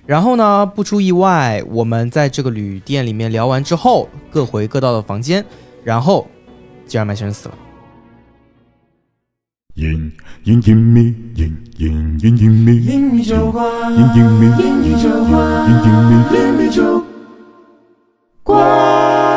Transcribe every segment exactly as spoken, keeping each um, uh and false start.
然后呢，不出意外，我们在这个旅店里面聊完之后，各回各到的房间，然后吉尔曼先生死了。 隐隐隐秘，隐隐隐隐秘， 隐秘酒馆， 隐隐秘， 隐秘酒馆， 隐隐秘， 隐秘酒馆。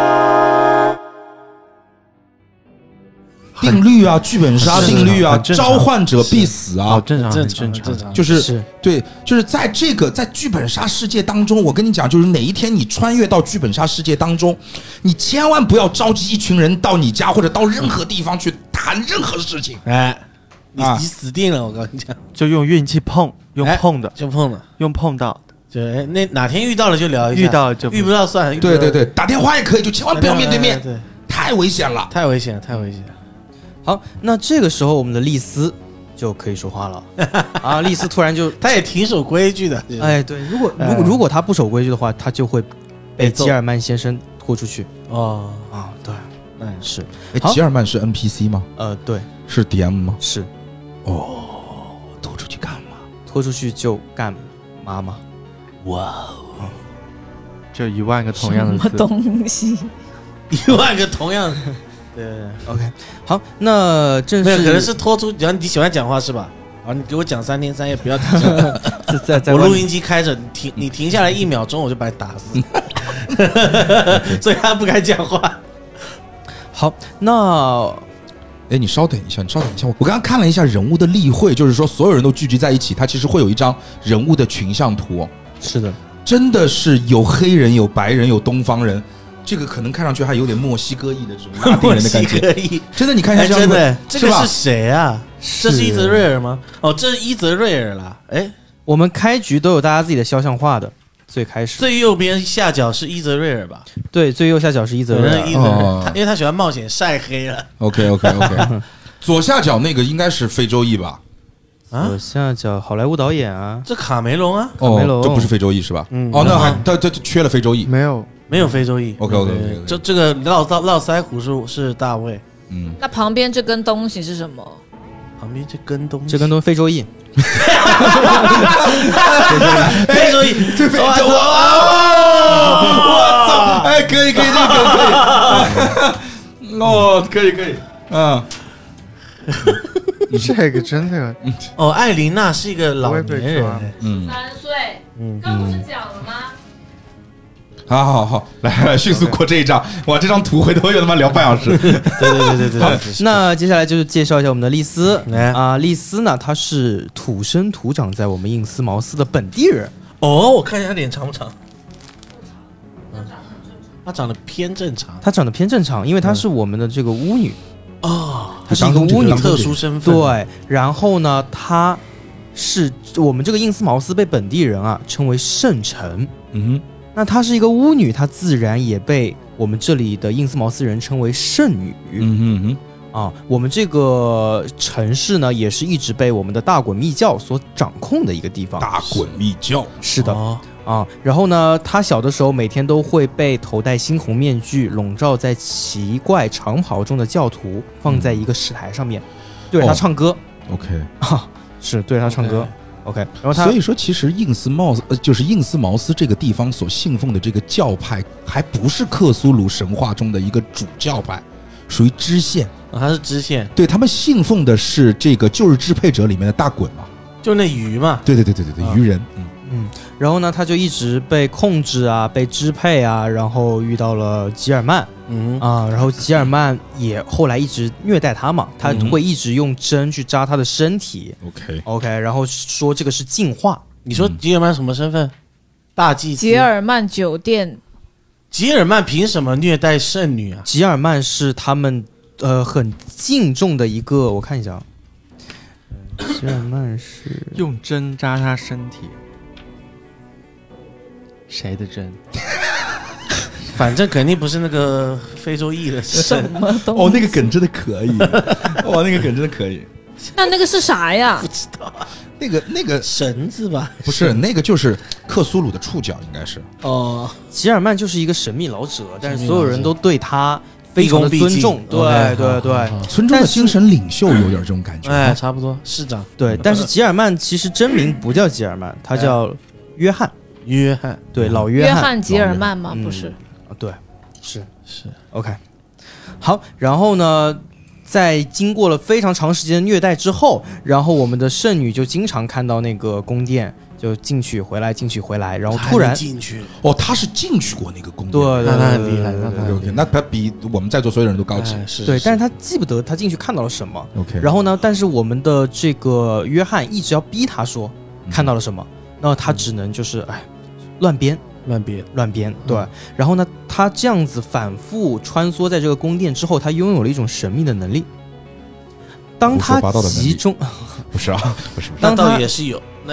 定律啊，剧本杀定律啊，召唤者必死啊， 好正常， 正正常正常， 就是是对，就是在这个在剧本杀世界当中，我跟你讲，就是哪一天你穿越到剧本杀世界当中，你千万不要召集一群人到你家或者到任何地方去谈任何事情。 哎，你啊你死定了，我告诉你讲， 就用运气碰，用碰的， 就碰了， 用碰到， 就哎那哪天遇到了就聊一下， 遇到就遇不到算了。遇不到对对对，打电话也可以，就千万不要面对面， 对，对太危险了。 太危险了，太危险了。 好，那这个时候我们的丽丝就可以说话了啊！丽丝突然就， 他也挺守规矩的。 哎，对，如果如果如果他不守规矩的话，他就会被吉尔曼先生拖出去哦啊！对， 哎是， 哎， 好吉尔曼是 N P C 吗？ 呃，对， 是 D M 吗？ 是哦，拖出去干嘛？ 拖出去就干妈妈。 哇哦， 就一万个同样的什么字， 东西？ 一万个同样的。对 ，OK， 好，那正没有， 是可能是拖出，然后你喜欢讲话是吧？好，你给我讲三天三夜，不要停下来。 在在在外面我录音机开着，你停你停下来一秒钟，我就把你打死。所以他不敢讲话。 好，那哎，你稍等一下，你稍等一下，我我刚刚看了一下人物的例会，就是说所有人都聚集在一起，它其实会有一张人物的群像图。 是的， 真的是有黑人、有白人、有东方人，这个可能看上去还有点墨西哥裔的这种拉丁人的感觉。 可以， 真的，你看一下哎， 这样子， 真的，这个吧是谁啊？这是伊泽瑞尔吗？哦，这是伊泽瑞尔啦。哎， 我们开局都有大家自己的肖像画的，最开始最右边下角是伊泽瑞尔吧？ 对，最右下角是伊泽瑞尔对伊泽瑞哦尔，他因为他喜欢冒险，晒黑了。 OK OK OK， 左下角那个应该是非洲裔吧？ 啊左下角好莱坞导演啊， 这卡梅隆啊， 哦梅隆， 这不是非洲裔是吧？ 嗯哦，那还他他缺了非洲裔。 没有， 没有非洲裔。 OK，OK，OK，OK 对这这个络腮络腮胡是是大卫， 嗯， 那旁边这根东西是什么？ 旁边这根东西， 这跟都非洲裔， 非洲裔， 这非洲哇哇！我操！哎，可以可以，这个可以。哦，可以可以，嗯， 这个真的哦，艾琳娜是一个老年不会被人抓， 嗯， 三岁， 嗯， 刚不是讲了吗？ 好好好，来来，迅速过这一张。哇，这张图回头又他妈聊半小时。 对对对对对好对。， 那接下来就是介绍一下我们的丽丝来啊，丽丝呢，她是土生土长在我们印斯茅斯的本地人， 哦，我看一下脸长不长？嗯，她长得偏正常她长得偏正常，因为她是我们的这个巫女， 哦， 她是一个巫女， 特殊身份。 对，然后呢，她是我们这个印斯茅斯被本地人啊称为圣城， 嗯那她是一个巫女，她自然也被我们这里的印斯茅斯人称为圣女。 哼，嗯哼嗯啊，我们这个城市呢，也是一直被我们的大滚密教所掌控的一个地方。 大滚密教。 是的、 哦啊，然后呢，他小的时候每天都会被头戴猩红面具、笼罩在奇怪长袍中的教徒放在一个石台上面，对着他唱歌。 OK， 啊，是对着他唱歌。OK，, 然后他所以说，其实印斯茅斯呃，就是印斯茅斯这个地方所信奉的这个教派，还不是克苏鲁神话中的一个主教派，属于支线。 哦他是支线， 对他们信奉的是这个旧日支配者里面的大滚嘛。 就那鱼嘛。 对对对对对对， 啊鱼人。嗯嗯，然后呢，他就一直被控制啊，被支配啊，然后遇到了吉尔曼。 嗯啊，然后吉尔曼也后来一直虐待他嘛，他会一直用针去扎他的身体。 OK OK， 然后说这个是进化。 你说吉尔曼什么身份？大祭司。 吉尔曼酒店， 吉尔曼凭什么虐待圣女啊？ 吉尔曼是他们呃很敬重的一个，我看一下啊，吉尔曼是用针扎他身体，谁的针？ 反正肯定不是那个非洲裔的什圣。 么东西？ 哦，那个梗真的可以，哇，那个梗真的可以。 那那个是啥呀？ 不知道啊， 那个那个绳子吧？ 不是那个，就是克苏鲁的触角，应该是。 哦， 吉尔曼就是一个神秘老者，但是神秘老者所有人都对他非常的毕恭毕敬尊重。对 OK， 对对好好好村中的精神领袖有点这种感觉。 哎，差不多，市长。 对，但是吉尔曼其实真名不叫吉尔曼，他叫约翰。 约翰， 对，老约翰约翰吉尔曼吗？ 嗯不是， 啊，对，是是 OK。好，然后呢，在经过了非常长时间的虐待之后，然后我们的圣女就经常看到那个宫殿，就进去回来，进去回来，然后突然进去， 哦，他是进去过那个宫殿， 对对那他对很厉害， 对对对那他很 OK， 厉害那他比我们在座所有人都高级。 哎是， 对，但是他记不得他进去看到了什么。 OK， 然后呢，但是我们的这个约翰一直要逼他说看到了什么，那他只能就是哎乱编。 乱编， 乱编，对。然后呢，他这样子反复穿梭在这个宫殿之后，他拥有了一种神秘的能力。当他胡说八道的能力集中， 不是啊，不是，不是那当他倒也是有，那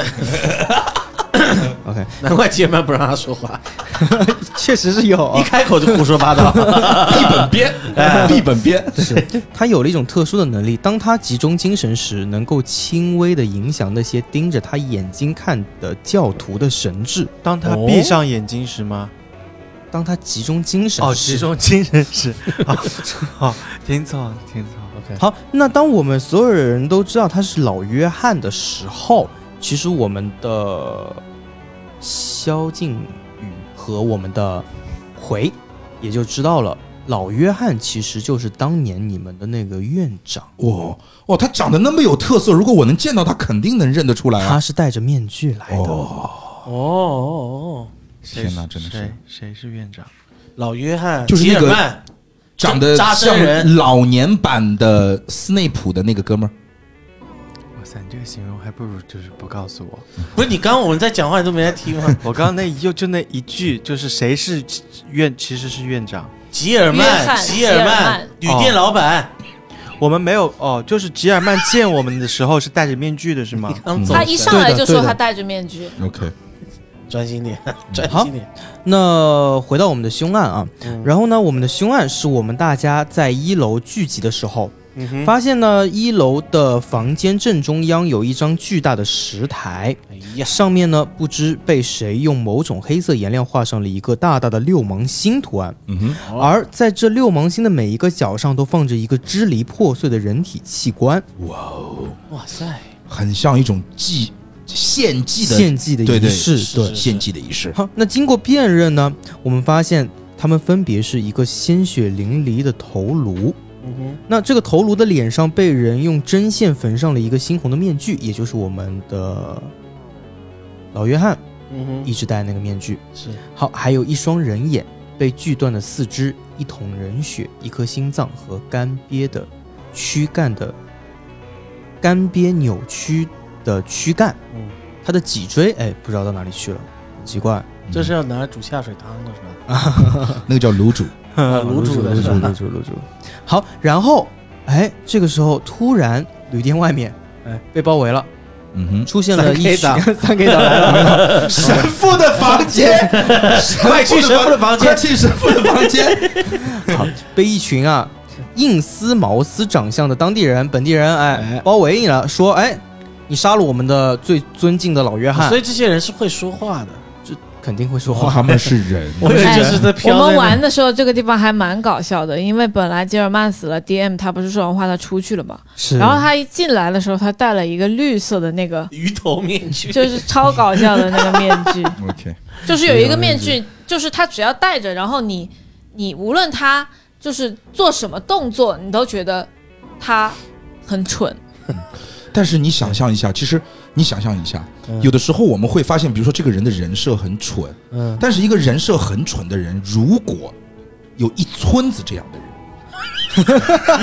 OK， 难怪杰曼不让他说话， 确实是有一开口就胡说八道， 闭本编，闭本编， 是他有了一种特殊的能力，当他集中精神时，能够轻微的影响那些盯着他眼睛看的教徒的神智。 当他闭上眼睛时吗？ 当他集中精神哦， 时集中精神时，哦，哦听错，听错。 OK， 好，那当我们所有人都知道他是老约翰的时候，其实我们的萧敬宇和我们的回也就知道了，老约翰其实就是当年你们的那个院长。 哇哦，他长得那么有特色，如果我能见到他，肯定能认得出来啊。 他是戴着面具来的。 哦， 哦哦， 天哪，真的是谁谁是院长？ 老约翰就是那个吉尔曼长得扎针像人老年版的斯内普的那个哥们儿。 哇塞，你这个形容还不如就是不告诉我。 不是你刚刚我们在讲话，你都没在听吗？ 我刚刚那就就那一句，就是谁是院，其实是院长。 吉尔约曼， 翰吉尔吉尔曼曼，旅店老板， 我们没有哦，就是吉尔曼见我们的时候是戴着面具的，是吗？ 刚走他一上来就对的说他戴着面具。 OK， 专心点，专好心点。 那回到我们的凶案啊， 嗯然后呢，我们的凶案是我们大家在一楼聚集的时候， 嗯哼， 发现呢一楼的房间正中央有一张巨大的石台， 哎呀， 上面呢不知被谁用某种黑色颜料画上了一个大大的六芒星图案， 嗯哼， 而在这六芒星的每一个角上都放着一个支离破碎的人体器官， 哇哦， 哇塞， 很像一种祭献祭的献祭的对对仪式。对， 是献祭的仪式。 好，那经过辨认呢，我们发现它们分别是一个鲜血淋漓的头颅。 嗯哼， 那这个头颅的脸上被人用针线缝上了一个猩红的面具，也就是我们的老约翰嗯哼， 一直戴那个面具。 是好，还有一双人眼，被锯断的四肢，一桶人血，一颗心脏和干瘪的躯干的干瘪扭曲的躯干。 嗯， 他的脊椎，哎，不知道到哪里去了，奇怪。 这是要拿来煮下水汤的是吧？ 那个叫卤煮， 啊卤煮的卤煮， 是吧卤煮，卤煮。好，然后，哎，这个时候突然旅店外面，哎，被包围了， 嗯哼， 出现了一群三 K 党三 K 党来了。 神父的房间， 快去神父的房间快去神父的房间。 好，被一群啊印斯茅斯长相的当地人、本地人，哎哎， 包围你了，说，哎，你杀了我们的最尊敬的老约翰所，以这些人是会说话的。 肯定会说话。 他们是人， 我以为就是在我飘在那们玩的时候，这个地方还蛮搞笑的，因为本来吉尔曼死了 ，D M 他不是说完话他出去了嘛， 是， 然后他一进来的时候，他戴了一个绿色的那个， 鱼头面具， 就是超搞笑的那个面具， OK， 就是有一个面具，就是他只要戴着，然后你你无论他就是做什么动作，你都觉得他很蠢。 但是你想象一下，其实你想象一下， 嗯有的时候我们会发现，比如说这个人的人设很蠢， 嗯， 但是一个人设很蠢的人，如果有一村子这样的人，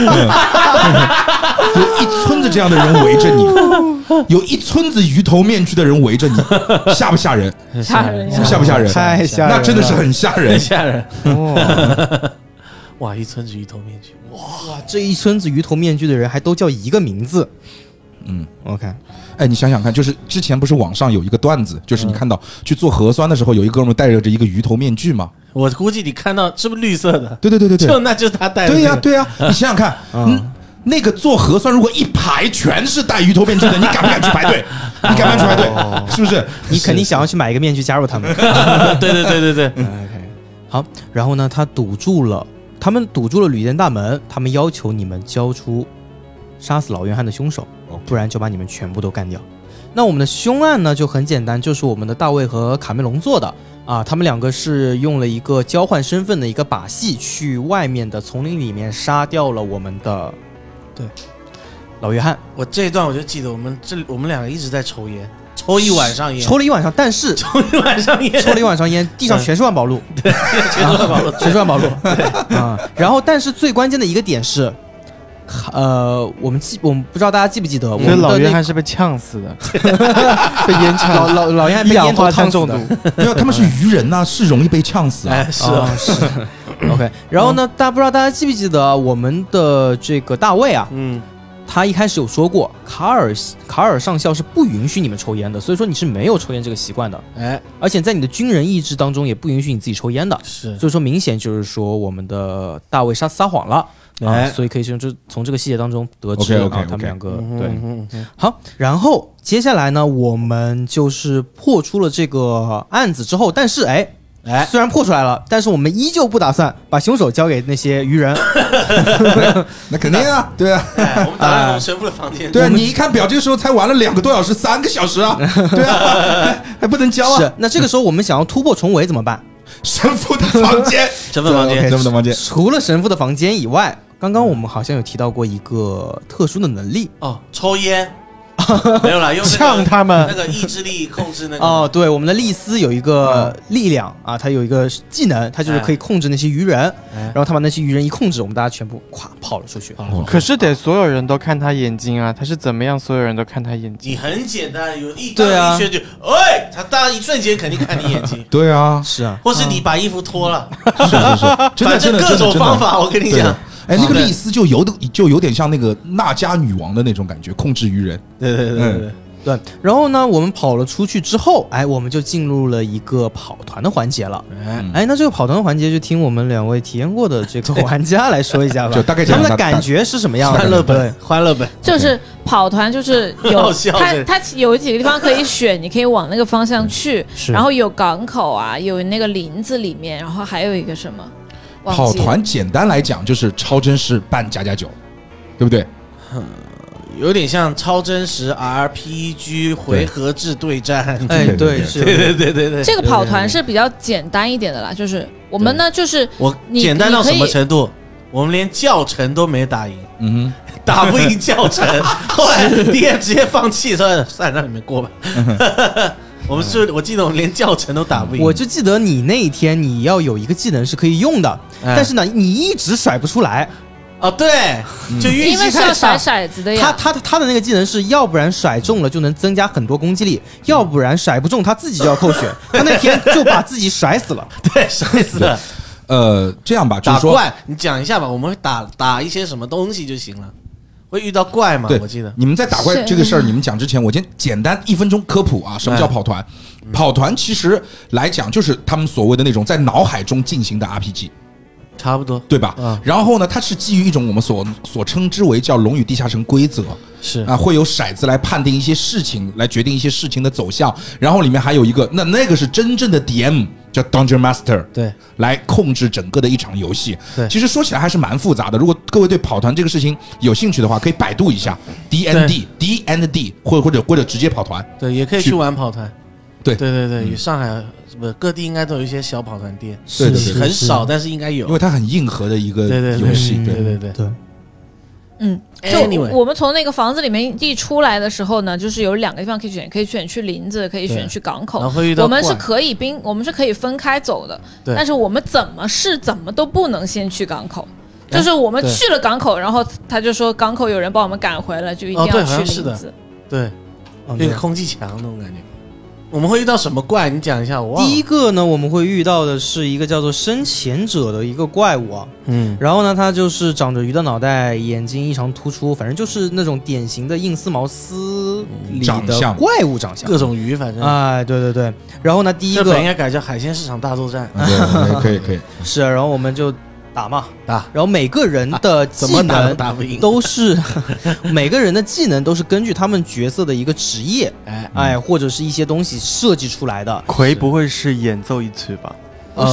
有一村子这样的人围着你，有一村子鱼头面具的人围着你，吓不吓人？ 吓人呀吓不吓人？ 太吓人了， 那真的是很吓很人。 吓人。 哦哇，一村子鱼头面具，哇， 哇，这一村子鱼头面具的人还都叫一个名字。 嗯， OK， 哎，你想想看，就是之前不是网上有一个段子，就是你看到去做核酸的时候，有一哥们戴着一个鱼头面具嘛？ 我估计你看到是不是绿色的？ 对对对对对， 就那就是他戴的。 对呀、对呀、你想想看，嗯，那个做核酸如果一排全是戴鱼头面具的，你敢不敢去排队？你敢不敢去排队？是不是？ 你肯定想要去买一个面具加入他们。 对对对对对， OK，好，然后呢，他堵住了，他们堵住了旅店大门，他们要求你们交出杀死老约翰的凶手。 不然就把你们全部都干掉。那我们的凶案呢就很简单，就是我们的大卫和卡梅隆做的啊，他们两个是用了一个交换身份的一个把戏，去外面的丛林里面杀掉了我们的对老约翰。 我这一段我就记得，我们这我们两个一直在抽烟，抽一晚上烟， 抽了一晚上，但是抽一晚上烟， 抽了一晚上烟，地上全是万宝路， 对，全是万宝路， 全是万宝路，对啊。然后，但是最关键的一个点是，呃，我们记，我们不知道大家记不记得， 所以老约翰是被呛死的，被烟呛， 老老老约翰被烟头烫中毒， 没有，他们是鱼人呐、啊，是容易被呛死啊。 哎，是啊， 是。OK， 然后呢，大家不知道大家记不记得我们的这个大卫啊， 嗯。 他一开始有说过，卡尔卡尔上校是不允许你们抽烟的，所以说你是没有抽烟这个习惯的， 哎， 而且在你的军人意志当中也不允许你自己抽烟的， 是， 所以说明显就是说我们的大卫撒撒谎了， 哎、 啊，所以可以从这从这个细节当中得知 okay, okay, 啊，他们两个、 okay. 对、 嗯嗯， 好，然后接下来呢，我们就是破出了这个案子之后，但是哎。 哎， 虽然破出来了，但是我们依旧不打算把凶手交给那些渔人。 那肯定啊，对啊。 哎、我们打算从神父的房间。 对啊，你一看表，这个时候才玩了两个多小时，三个小时啊，对啊，还不能交啊。 是，那这个时候我们想要突破重围怎么办？ 神父的房间， 神父房间， 神父的房间。 除了神父的房间以外，刚刚我们好像有提到过一个特殊的能力哦，抽烟。没有啦，用呛他们那个意志力控制那个哦，对，我们的丽丝有一个力量啊，他有一个技能，他就是可以控制那些鱼人， 哎、 然后他把那些鱼人一控制，我们大家全部咵跑了出去。 哦、可是得所有人都看他眼睛啊，他是怎么样？所有人都看他眼睛？ 你很简单，有一对啊， 一圈就，哎，他当然一瞬间肯定看你眼睛。 对啊， 是啊， 或是你把衣服脱了， 是是是， 反正各种方法，我跟你讲。 哎，那个丽丝就有的就有点像那个娜迦女王的那种感觉，控制鱼人。 对对对对对。 对，然后呢，我们跑了出去之后，哎，我们就进入了一个跑团的环节了。哎，那这个跑团的环节就听我们两位体验过的这个玩家来说一下吧， 就大概他们的感觉是什么样的？ 欢乐本，欢乐本， 就是跑团，就是有它它有几个地方可以选，你可以往那个方向去，然后有港口啊，有那个林子里面，然后还有一个什么？ 跑团简单来讲就是超真实扮家家酒，对不对？ 嗯，有点像超真实 R P G 回合制对战。 哎，对，是， 对对对对对。 这个跑团是比较简单一点的啦，就是我们呢，就是我简单到什么程度？我们连教程都没打赢， 嗯， 打不赢教程，后来 D M 直接放弃，说算了，让你们过吧。我们是，我记得我们连教程都打不赢。 我就记得你那一天你要有一个技能是可以用的，哎、但是呢，你一直甩不出来。 哦，对，就运气太差。 因为是要甩骰子的呀。 他他他的那个技能是要不然甩中了就能增加很多攻击力，要不然甩不中他自己就要扣血。他那天就把自己甩死了。 对，甩死了。 呃，这样吧，就是说， 打怪，你讲一下吧，我们会打打一些什么东西就行了。会遇到怪吗？ 对， 我记得你们在打怪这个事儿，你们讲之前，我先简单一分钟科普啊，什么叫跑团？嗯、跑团其实来讲就是他们所谓的那种在脑海中进行的 R P G， 差不多， 对吧？ 嗯、 然后呢，它是基于一种我们所所称之为叫《龙与地下城》规则， 是啊，会有骰子来判定一些事情，来决定一些事情的走向。然后里面还有一个，那那个是真正的 D M。叫 Dungeon Master， 对， 来控制整个的一场游戏。 对， 其实说起来还是蛮复杂的。如果各位对跑团这个事情有兴趣的话，可以百度一下 D N D，D N D， 或者或者或者直接跑团。 对，也可以去玩跑团。 对对对对，上海不各地应该都有一些小跑团店， 对对对， 很少，但是应该有， 因为它很硬核的一个游戏。 对对对对。 嗯，就我们从那个房子里面一出来的时候呢，就是有两个地方可以选，可以选去林子，可以选去港口。我们是可以兵，我们是可以分开走的。但是我们怎么试怎么都不能先去港口，就是我们去了港口，然后他就说港口有人把我们赶回来，就一定要去林子。 对，那个空气墙那种感觉。我们会遇到什么怪？你讲一下。我第一个呢，我们会遇到的是一个叫做深潜者的一个怪物啊， 嗯， 然后呢，它就是长着鱼的脑袋，眼睛异常突出，反正就是那种典型的印丝毛丝里的怪物长相， 各种鱼，反正哎，对对对。然后呢，第一个这本应该改叫海鲜市场大作战， 对，可以可以。 是，然后我们就打嘛打， 然后每个人的技能都是每个人的技能都是根据他们角色的一个职业， 哎哎，或者是一些东西设计出来的。 葵不会是演奏一曲吧？ 呃，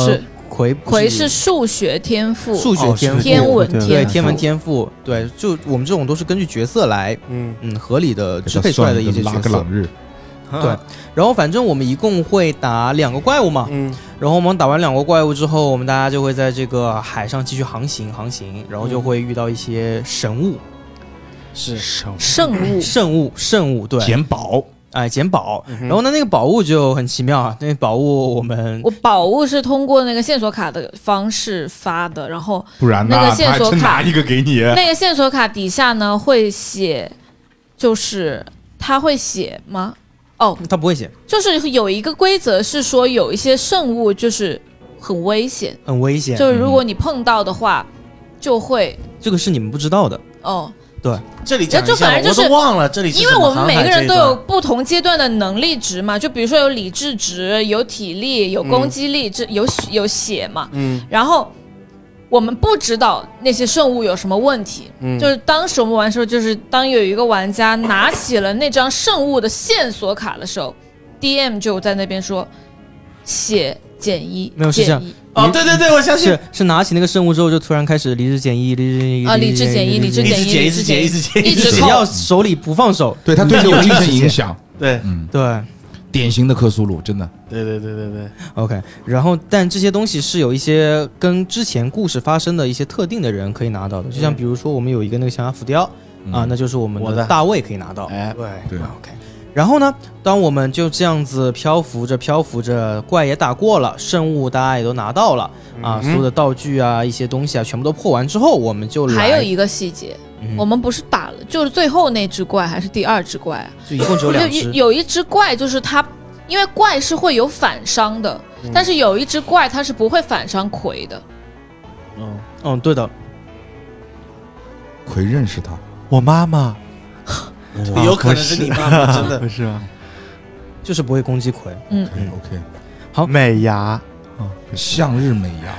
魁魁是数学天赋， 数学天赋， 天文天赋， 对天文天赋，对，就我们这种都是根据角色来，嗯嗯，合理的支配出来的一些角色。拉个朗日， 对，然后反正我们一共会打两个怪物嘛，嗯，然后我们打完两个怪物之后，我们大家就会在这个海上继续航行航行，然后就会遇到一些神物， 是圣物圣物圣物，对， 捡宝。 哎，捡宝，嗯、然后呢，那个宝物就很奇妙啊。那个宝物我们， 我宝物是通过那个线索卡的方式发的，然后不然那个线索卡拿一个给你， 那个线索卡底下呢会写，就是他会写吗？哦， 他不会写， 就是有一个规则是说有一些圣物就是很危险， 很危险， 就是如果你碰到的话，嗯、就会这个是你们不知道的哦。 对， 这里讲一下， 就反正就是我都忘了这里是因为我们每个人都有不同阶段的能力值嘛，就比如说有理智值、有体力、有攻击力、嗯、有有血嘛，嗯，然后我们不知道那些圣物有什么问题，嗯，就是当时我们玩的时候，就是当有一个玩家拿起了那张圣物的线索卡的时候 ，D M 就在那边说血减一， 没有是这样。 哦，对对对，我相信是是拿起那个圣物之后，就突然开始理智减一，理智减一啊，理智减一，理智减一， 一直减，一直减， 一直只要手里不放手， 对他对你有精神影响。 对， 嗯，对， 典型的克苏鲁，真的。 对对对对对。 OK， 然后但这些东西是有一些跟之前故事发生的一些特定的人可以拿到的，就像比如说我们有一个那个象牙浮雕啊，那就是我们的大卫可以拿到。 哎， 对对 ，OK。然后呢，当我们就这样子漂浮着漂浮着，怪也打过了，圣物大家也都拿到了、嗯、啊，所有的道具啊一些东西啊全部都破完之后，我们就来还有一个细节、嗯、我们不是打了就是最后那只怪还是第二只怪啊？ 就一共只有两只。 有, 有一只怪就是它因为怪是会有反伤的、嗯、但是有一只怪它是不会反伤魁的。 嗯嗯，对的。 魁认识他， 我妈妈有可能是你妈妈，真的不是吗？ 就是不会攻击魁。 嗯 ，OK OK， 好， 美牙， 哦，向日美牙。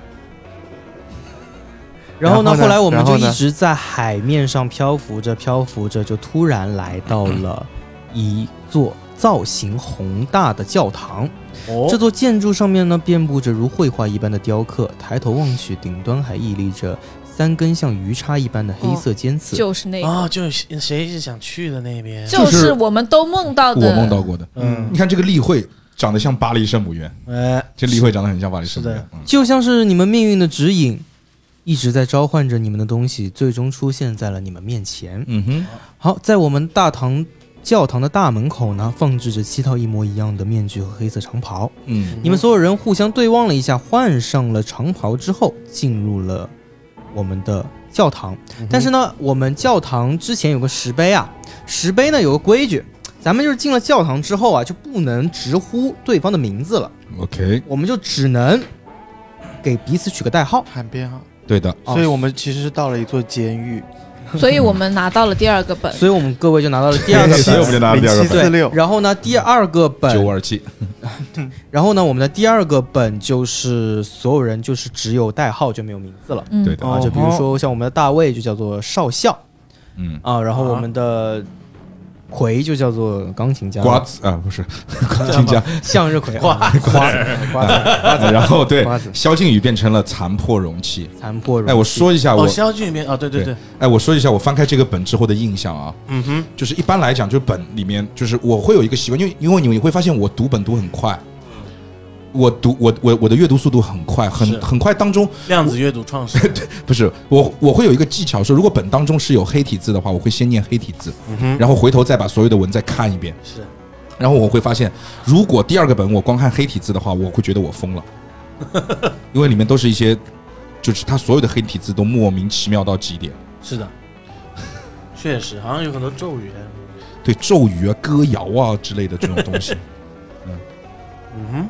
然后呢，后来我们就一直在海面上漂浮着，漂浮着，就突然来到了一座造型宏大的教堂。哦、这座建筑上面呢，遍布着如绘画一般的雕刻，抬头望去，顶端还屹立着三根像鱼叉一般的黑色尖刺， 哦、就是那个啊、哦，就是谁是想去的那边， 就是我们都梦到的， 我梦到过的。嗯，你看这个例会长得像巴黎圣母院，哎，这例会长得很像巴黎圣母院， 嗯、就像是你们命运的指引，一直在召唤着你们的东西，最终出现在了你们面前。 嗯哼， 好，在我们大堂教堂的大门口呢，放置着七套一模一样的面具和黑色长袍。嗯，你们所有人互相对望了一下，换上了长袍之后，进入了我们的教堂。嗯、但是呢，我们教堂之前有个石碑啊，石碑呢有个规矩，咱们就是进了教堂之后啊，就不能直呼对方的名字了。 OK， 我们就只能给彼此取个代号， 喊编号。 对的， 所以我们其实是到了一座监狱。 所以我们拿到了第二个本， 所以我们各位就拿到了第二个本， 所以我们就拿了第二个本。 对，然后呢，第二个本九五二七， 然后呢，我们的第二个本就是所有人就是只有代号就没有名字了。 嗯、 对的啊，就比如说像我们的大卫就叫做少校， 嗯啊，然后我们的魁就叫做钢琴家， 瓜子啊，不是钢琴家， 向日葵， 瓜子， 瓜子，瓜子，瓜子， 然后对，萧敬宇变成了残破容器， 残破容器。 哎，我说一下我， 哦，萧敬宇变啊，对对对， 哎，我说一下我翻开这个本之后的印象啊，嗯哼，就是一般来讲，就本里面就是我会有一个习惯，因为因为你会发现我读本读很快。我读我我我的阅读速度很快，很很快。当中量子阅读创始对，不是我我会有一个技巧，说如果本当中是有黑体字的话，我会先念黑体字，嗯、然后回头再把所有的文再看一遍。 是， 然后我会发现，如果第二个本我光看黑体字的话，我会觉得我疯了，因为里面都是一些，就是它所有的黑体字都莫名其妙到极点。 是的，确实好像有很多咒语， 对，咒语啊、歌谣啊之类的这种东西。嗯嗯哼。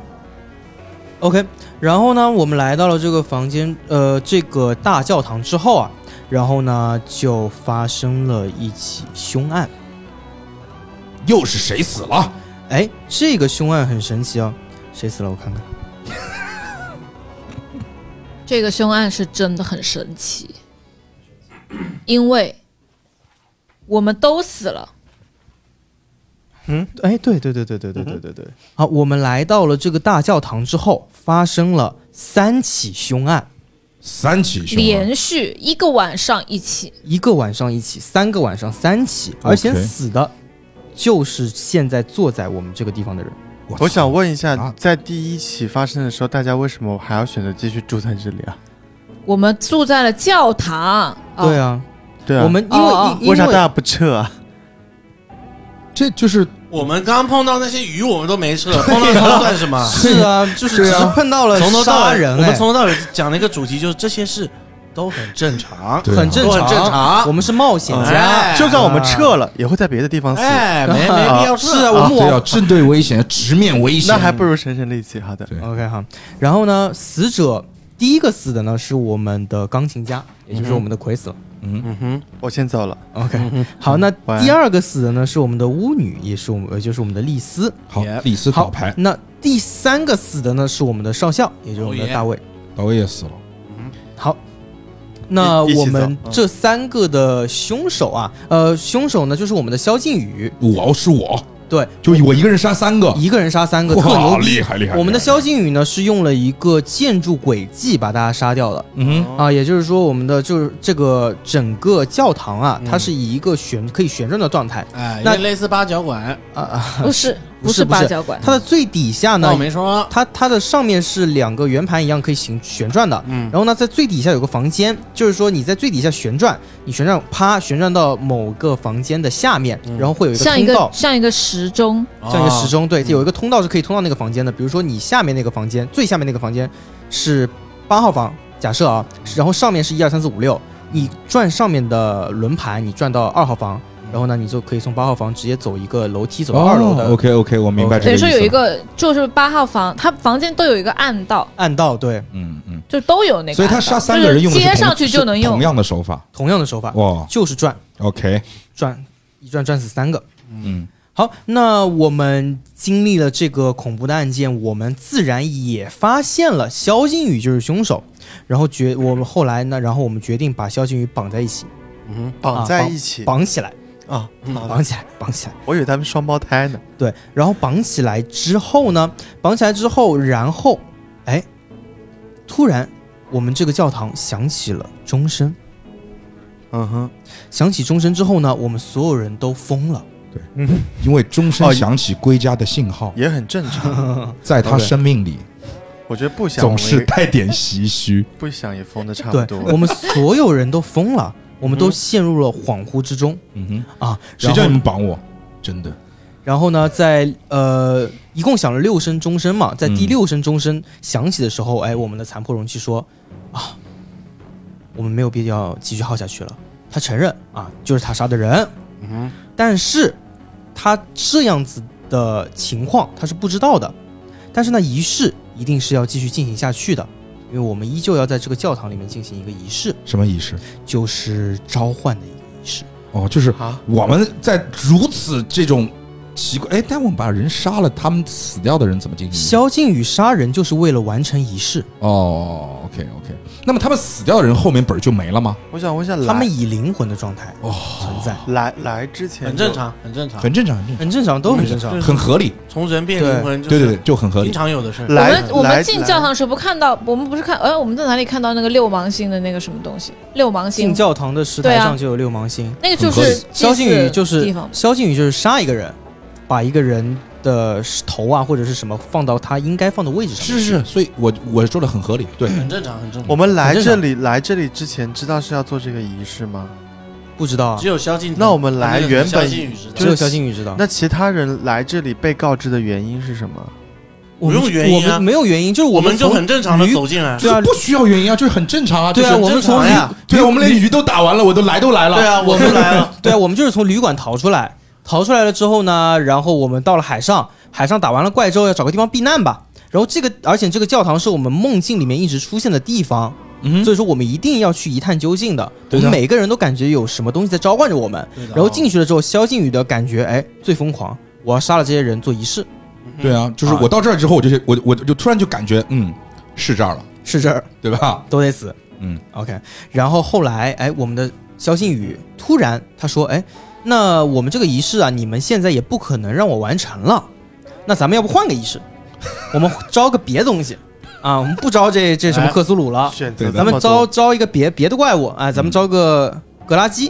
OK， 然后呢，我们来到了这个房间，呃，这个大教堂之后啊，然后呢，就发生了一起凶案。 又是谁死了？ 哎，这个凶案很神奇啊！谁死了？我看看。 这个凶案是真的很神奇，因为我们都死了， 嗯，哎，对对对对对对对对对。好，我们来到了这个大教堂之后，发生了三起凶案。 三起凶案， 连续一个晚上一起， 一个晚上一起，三个晚上三起，而且死的就是现在坐在我们这个地方的人。 我, 我想问一下、啊，在第一起发生的时候，大家为什么还要选择继续住在这里啊？ 我们住在了教堂。 对啊， 哦、 对啊， 我们因为、哦、 为啥大家不撤啊？ 这就是我们刚碰到那些鱼，我们都没撤，碰到它算什么？ 是啊，就是只是碰到了杀人、哎。 我们从头到尾讲了一个主题，就是这些事都很正常， 很正常， 很正常。 我们是冒险家、 哎， 就算我们撤了，也会在别的地方死。 哎，没没必要撤。 是啊，我们要针对危险，直面危险， 那还不如神神力气。好的 ，OK 哈。然后呢，死者第一个死的呢是我们的钢琴家，也就是我们的奎死了。 嗯嗯哼，我先走了。 OK，、嗯、好，那第二个死的呢是我们的巫女，也是我们，也就是我们的丽丝。 好，丽丝倒牌。 那第三个死的呢是我们的少校，也就是我们的大卫。 大卫也死了。 嗯，好。那我们这三个的凶手啊，呃，凶手呢就是我们的萧敬宇。 我是我。 对， 就我一个人杀三个， 一个人杀三个，特牛逼， 厉害厉害！ 我们的萧敬宇呢是用了一个建筑轨迹把大家杀掉的， 嗯啊，也就是说我们的就是这个整个教堂啊， 嗯、 它是以一个旋可以旋转的状态， 哎，那类似八角馆啊啊， 不是不是八角馆， 它的最底下呢， 我没说， 它它的上面是两个圆盘一样可以行旋转的， 嗯， 然后呢在最底下有个房间，就是说你在最底下旋转，你旋转啪旋转到某个房间的下面，嗯、然后会有一个通道， 像一个像一个时钟。 像一个时钟，对，有一个通道是可以通到那个房间的。比如说你下面那个房间，最下面那个房间是八号房，假设啊，然后上面是一二三四五六，你转上面的轮盘，你转到二号房，然后呢，你就可以从八号房直接走一个楼梯走到二楼的。 哦、OK OK， 我明白这个意思。 等于说有一个就是八号房，它房间都有一个暗道， 暗道对， 嗯嗯， 就都有那个。 所以他杀三个人用的接上去就能用同样的手法， 同样的手法， 哇， 就是转 ，OK， 转一转转死三个， 嗯。 好，那我们经历了这个恐怖的案件，我们自然也发现了萧敬宇就是凶手，然后决我们后来呢，然后我们决定把萧敬宇绑在一起， 嗯，绑在一起， 啊、绑, 绑起来啊、 嗯，绑起来，绑起来。 我以为他们双胞胎呢。 对，然后绑起来之后呢，绑起来之后，然后，哎，突然我们这个教堂响起了钟声， 嗯哼， 响起钟声之后呢，我们所有人都疯了。 对，嗯，因为钟声响起归家的信号、哦、 也很正常， 在他生命里， 我觉得不想总是带点唏嘘， 不想也疯的差不多。 对，我们所有人都疯了，我们都陷入了恍惚之中。 嗯哼啊， 谁叫你们绑我？真的。 然后呢，在呃，一共响了六声钟声嘛，在第六声钟声响起的时候，嗯、哎，我们的残破容器说啊，我们没有必要继续耗下去了。他承认啊，就是他杀的人。 嗯， 但是他这样子的情况他是不知道的，但是呢仪式一定是要继续进行下去的，因为我们依旧要在这个教堂里面进行一个仪式。 什么仪式？ 就是召唤的一个仪式。 哦，就是我们在如此这种奇怪，哎，但我们把人杀了，他们死掉的人怎么进行？ 萧敬宇杀人就是为了完成仪式。 哦 ，OK OK， 那么他们死掉的人后面本就没了吗？ 我想问一下， 他们以灵魂的状态哦存在。 来来之前很正常，很正常， 很正常， 很正常，都很正常， 很合理。 从人变灵魂， 对对对，就很合理， 经常有的事。 我们我们进教堂时不看到，我们不是看，哎，我们在哪里看到那个六芒星的那个什么东西？六芒星。 进教堂的石台上就有六芒星， 那个就是萧敬宇，就是萧敬宇就是杀一个人。把一个人的头啊或者是什么放到他应该放的位置上， 是是是，所以我我说的很合理，对， 很正常，很正常。 我们来这里来这里之前知道是要做这个仪式吗？ 不知道啊， 只有萧敬。 那我们来原本只有萧敬宇知道。 那其他人来这里被告知的原因是什么？ 不用原因、啊， 我们没有原因，就是我们就很正常的走进来， 对啊，不需要原因啊，就是很正常啊， 对啊，我们从对，我们连鱼都打完了，我都来都来了， 对啊，我们来了， 对啊，我们就是从旅馆逃出来。逃出来了之后呢，然后我们到了海上，海上打完了怪之后要找个地方避难吧。然后这个，而且这个教堂是我们梦境里面一直出现的地方，嗯，所以说我们一定要去一探究竟的。我们每个人都感觉有什么东西在召唤着我们。然后进去了之后，萧敬宇的感觉，哎，最疯狂，我要杀了这些人做仪式。 对啊，就是我到这儿之后，我就我我就突然就感觉，嗯，是这儿了， 是这儿， 对吧？ 都得死。 嗯 ，OK。然后后来，哎，我们的萧敬宇突然他说，哎。 那我们这个仪式啊，你们现在也不可能让我完成了，那咱们要不换个仪式，我们招个别的东西啊，我们不招这这什么克苏鲁了， 选择咱们招招一个别别的怪物，哎，咱们招个格拉基。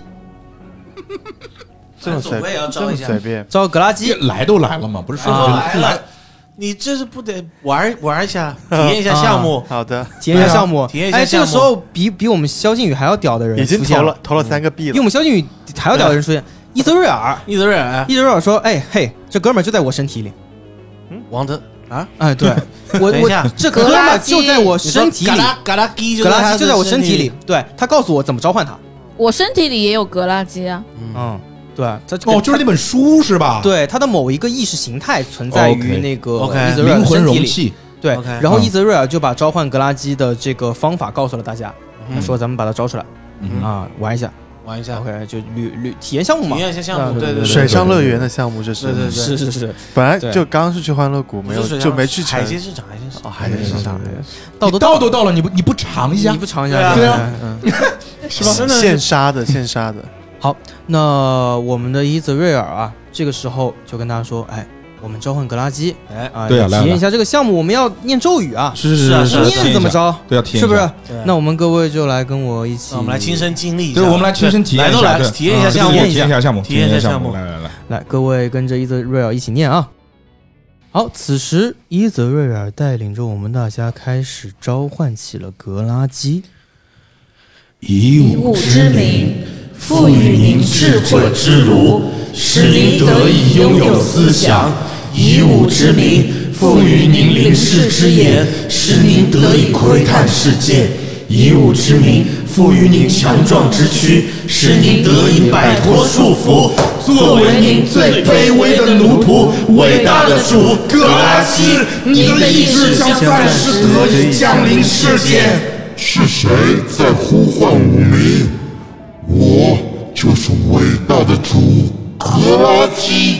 这么随便，这么随便， 招格拉基来都来了嘛，不是说来了，你这是不得玩玩一下，体验一下项目？ 好的， 体验一下项目， 体验一下项目。 哎，这个时候比比我们萧敬宇还要屌的人已经投了投了三个币了， 比我们萧敬宇还要屌的人出现，伊泽瑞尔， 伊泽瑞尔， 伊泽瑞尔说：“哎嘿，这哥们儿就在我身体里。” 嗯，王德啊， 哎，对我我这哥们儿就在我身体里， 格拉格拉基格拉基就在我身体里，对他告诉我怎么召唤他。 我身体里也有格拉基啊， 嗯。对， 哦，就是那本书是吧？ 对，它的某一个意识形态存在于那个伊泽瑞尔灵魂身体里。 容器。 对， okay, 然后伊泽瑞尔就把召唤格拉基的这个方法告诉了大家， 嗯、 说咱们把它招出来，嗯、啊，玩一下， 玩一下 ，OK， 就旅旅体验项目嘛， 体验一下项目，对对对， 水上乐园的项目这是， 对对对， 是是是， 本来就刚刚是去欢乐谷，没有就没去海鲜市场，海鲜市场， 哦，海鲜市场， 到都到都到了，你不你不尝一下？ 你不尝一下？ 对啊， 是吧？现杀的，现杀的。 好，那我们的伊泽瑞尔啊，这个时候就跟大家说，哎，我们召唤格拉基， 哎啊， 对啊， 体验一下这个项目，我们要念咒语啊， 是是是， 念怎么着？ 对啊，体验是不是？那我们各位就来跟我一起， 我们来亲身经历一下， 对，我们来亲身体验一下， 体验一下项目， 体验一下项目， 体验一下项目， 来来来， 来，各位跟着伊泽瑞尔一起念啊。好，此时伊泽瑞尔带领着我们大家开始召唤起了格拉基。 以物之名，赋予您智慧之炉，使您得以拥有思想；以物之名，赋予您灵视之眼，使您得以窥探世界；以物之名，赋予您强壮之躯，使您得以摆脱束缚。作为您最卑微的奴仆，伟大的主格拉西，您的意志将暂时得以降临世间。 是谁在呼唤我名？我就是伟大的主格拉基。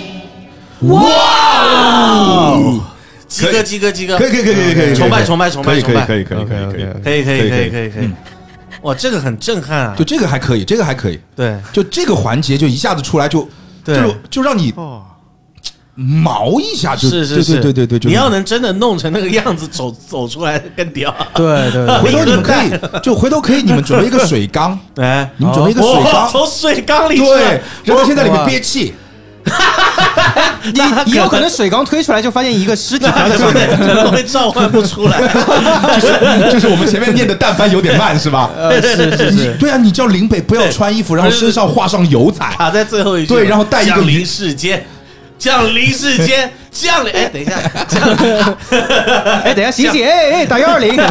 哇！及格及格及格！ 可以可以可以可以可以！ 崇拜崇拜崇拜崇拜！ 可以可以可以可以可以可以可以可以可以可以！哇，这个很震撼啊！ 就这个还可以，这个还可以。 对， 就这个环节就一下子出来就就就让你毛一下，就是是是， 对对对对， 你要能真的弄成那个样子走走出来更屌。 对对， 回头你们可以就回头可以你们准备一个水缸， 哎， 你们准备一个水缸， 从水缸里对，然后先在里面憋气。 你你有可能水缸推出来就发现一个尸体在上面， 可能会召唤不出来。 就是就是我们前面念的但凡有点慢是吧？ 呃，是是是， 对啊，你叫林北不要穿衣服，然后身上画上油彩， 卡在最后一句， 对，然后带一个降临世间。降临世间，降临！哎，等一下， 哎，等一下，醒醒！哎哎，打幺二零！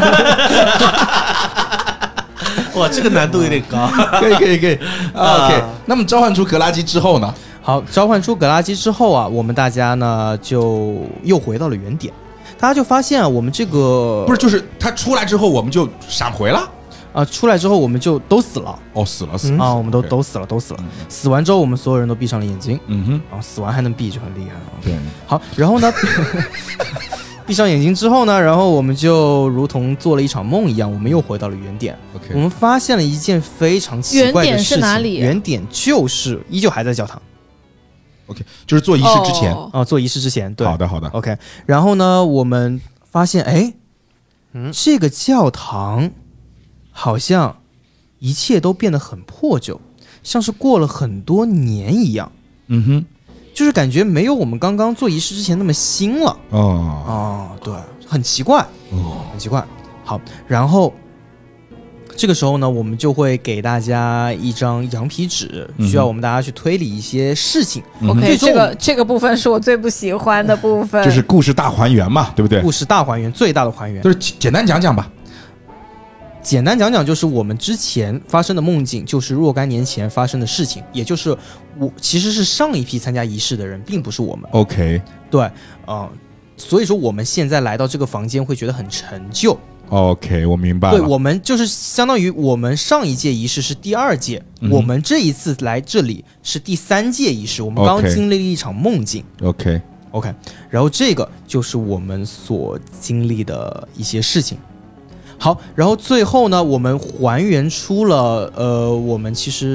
哇，这个难度有点高。 可以可以可以。OK，那么召唤出格拉基之后呢？ 好，召唤出格拉基之后啊，我们大家呢就又回到了原点，大家就发现啊，我们这个不是就是他出来之后我们就闪回了。 啊！出来之后我们就都死了哦，死了死了啊！我们都都死了，都死了。死完之后，我们所有人都闭上了眼睛。 嗯哼， 啊，死完还能闭就很厉害了。 对， 好，然后呢，闭上眼睛之后呢，然后我们就如同做了一场梦一样，我们又回到了原点。 OK， 我们发现了一件非常奇怪的事情。原点是哪里？原点就是依旧还在教堂。 OK， 就是做仪式之前啊，做仪式之前。对， 好的好的。 OK， 然后呢，我们发现，哎，嗯，这个教堂好像。一切都变得很破旧，像是过了很多年一样。 嗯哼， 就是感觉没有我们刚刚做仪式之前那么新了。 哦哦，对，很奇怪， 哦， 很奇怪。好，然后这个时候呢，我们就会给大家一张羊皮纸， 嗯、 需要我们大家去推理一些事情。 嗯、OK， 这个这个部分是我最不喜欢的部分， 就是故事大还原嘛，对不对？ 故事大还原，最大的还原， 就是简单讲讲吧。 简单讲讲，就是我们之前发生的梦境，就是若干年前发生的事情，也就是我其实是上一批参加仪式的人，并不是我们。 OK， 对，啊、呃，所以说我们现在来到这个房间会觉得很陈旧。 OK， 我明白了。 对，我们就是相当于我们上一届仪式是第二届，嗯、我们这一次来这里是第三届仪式，我们刚经历了一场梦境。 OK OK， 然后这个就是我们所经历的一些事情。好，然后最后呢，我们还原出了，呃，我们其实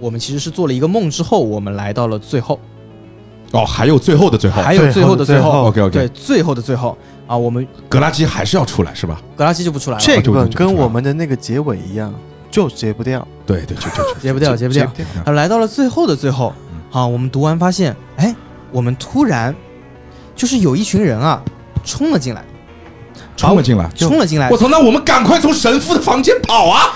我们其实是做了一个梦之后，我们来到了最后。 哦，还有最后的最后， 还有最后的最后。 OK OK， 对，最后的最后啊，我们格拉基还是要出来是吧？ 格拉基就不出来了。 这个跟我们的那个结尾一样，就结不掉。 对对，就就结不掉，结不掉。啊，来到了最后的最后，啊，我们读完发现，哎，我们突然就是有一群人啊，冲了进来。 冲了进来， 冲了进来！ 我操！那我们赶快从神父的房间跑啊！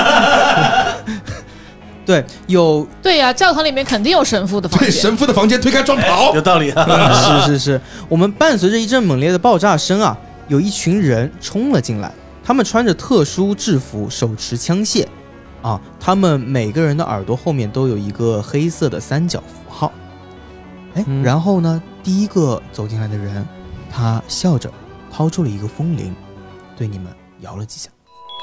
对，有对呀、啊，教堂里面肯定有神父的房间。 对，神父的房间推开撞跑， 有道理啊！ 是是是，我们伴随着一阵猛烈的爆炸声啊，有一群人冲了进来，他们穿着特殊制服，手持枪械，啊，他们每个人的耳朵后面都有一个黑色的三角符号。哎，嗯、然后呢，第一个走进来的人，他笑着掏出了一个风铃，对你们摇了几下。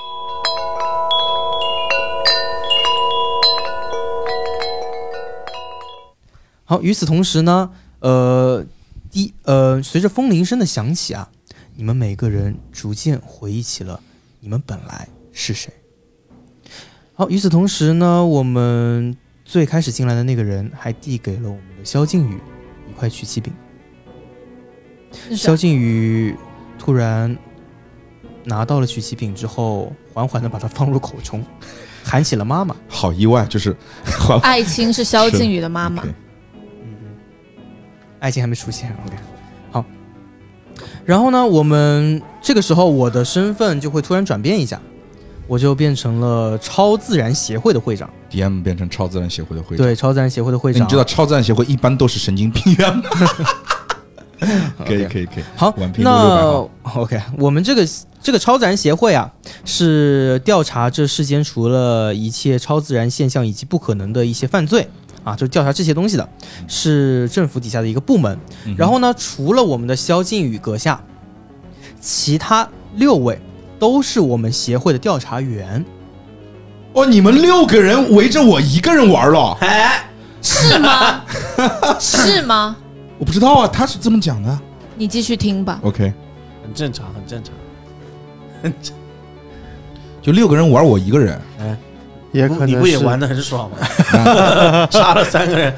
好，与此同时呢，呃，第呃，随着风铃声的响起啊，你们每个人逐渐回忆起了你们本来是谁。好，与此同时呢，我们最开始进来的那个人还递给了我们的萧敬宇一块曲奇饼。萧敬宇突然拿到了曲奇饼之后，缓缓地把它放入口中，喊起了妈妈。 好意外，就是爱卿是萧敬宇的妈妈。 嗯，爱卿还没出现。OK， 好。然后呢，我们这个时候我的身份就会突然转变一下，我就变成了超自然协会的会长。 D M 变成超自然协会的会长。 对，超自然协会的会长。 你知道超自然协会一般都是神经病院吗？可以可以可以， 好，那 OK， 我们这个这个超自然协会啊，是调查这世间除了一切超自然现象以及不可能的一些犯罪啊，就是调查这些东西的，是政府底下的一个部门。嗯、然后呢，除了我们的萧敬宇阁下，其他六位都是我们协会的调查员。 哦，你们六个人围着我一个人玩了？ 哎，是吗？是吗？ 我不知道啊，他是这么讲的。 你继续听吧。 OK， 很正常很正常很正常， 就六个人玩我一个人。 哎， 也可能你不也玩得很爽吗？杀了三个人。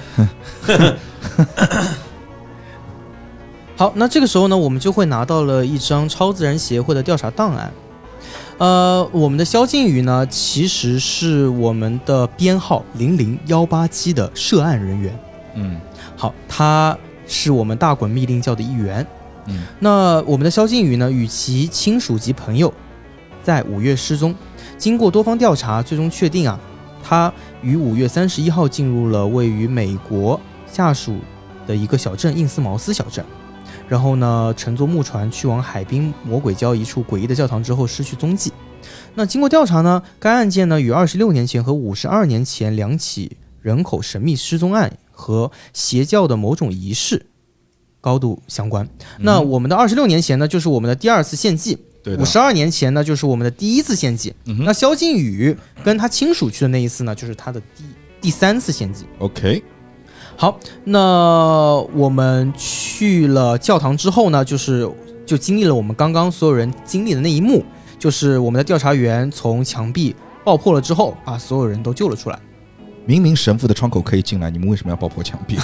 好，那这个时候呢，我们就会拿到了一张超自然协会的调查档案。呃，我们的萧敬宇呢，其实是我们的编号零零一八七的涉案人员。 嗯， 好，他是我们大滚密令教的一员。 嗯， 那我们的萧敬宇呢，与其亲属及朋友在五月失踪，经过多方调查，最终确定啊，他于五月三十一号进入了位于美国下属的一个小镇印斯茅斯小镇，然后呢，乘坐木船去往海滨魔鬼礁一处诡异的教堂之后失去踪迹。那经过调查呢，该案件呢与二十六年前和五十二年前两起人口神秘失踪案和邪教的某种仪式高度相关。嗯、那我们的二十六年前呢，就是我们的第二次献祭；五十二年前呢，就是我们的第一次献祭。嗯、那萧敬宇跟他亲属去的那一次呢，就是他的第第三次献祭。 OK， 好，那我们去了教堂之后呢，就是就经历了我们刚刚所有人经历的那一幕，就是我们的调查员从墙壁爆破了之后，把所有人都救了出来。 明明神父的窗口可以进来，你们为什么要爆破墙壁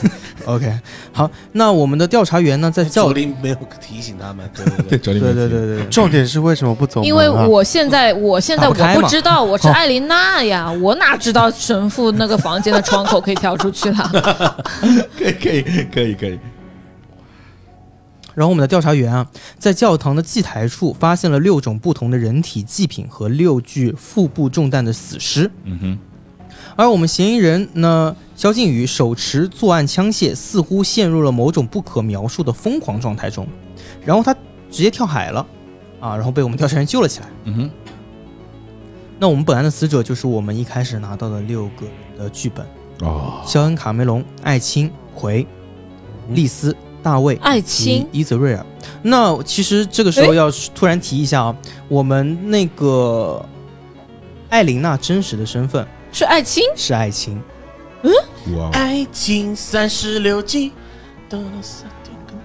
？OK， 好，那我们的调查员呢，在教林没有提醒他们，对对对对对对对， 重点是为什么不走门啊？ 因为我现在我现在我不知道，我是艾琳娜呀，我哪知道神父那个房间的窗口可以跳出去了？ 可以可以可以可以。 然后我们的调查员啊，在教堂的祭台处发现了六种不同的人体祭品和六具腹部中弹的死尸。 嗯哼。 而我们嫌疑人呢，萧敬宇手持作案枪械，似乎陷入了某种不可描述的疯狂状态中，然后他直接跳海了，啊，然后被我们调查员救了起来。 嗯哼。 那我们本案的死者就是我们一开始拿到的六个人的剧本。 哦。 肖恩、卡梅隆、艾青、奎、丽丝、大卫、 艾青、 伊泽瑞尔。那其实这个时候要突然提一下啊，我们那个艾琳娜真实的身份。 是爱情， 是爱情， 嗯， 哇，爱情三十六计。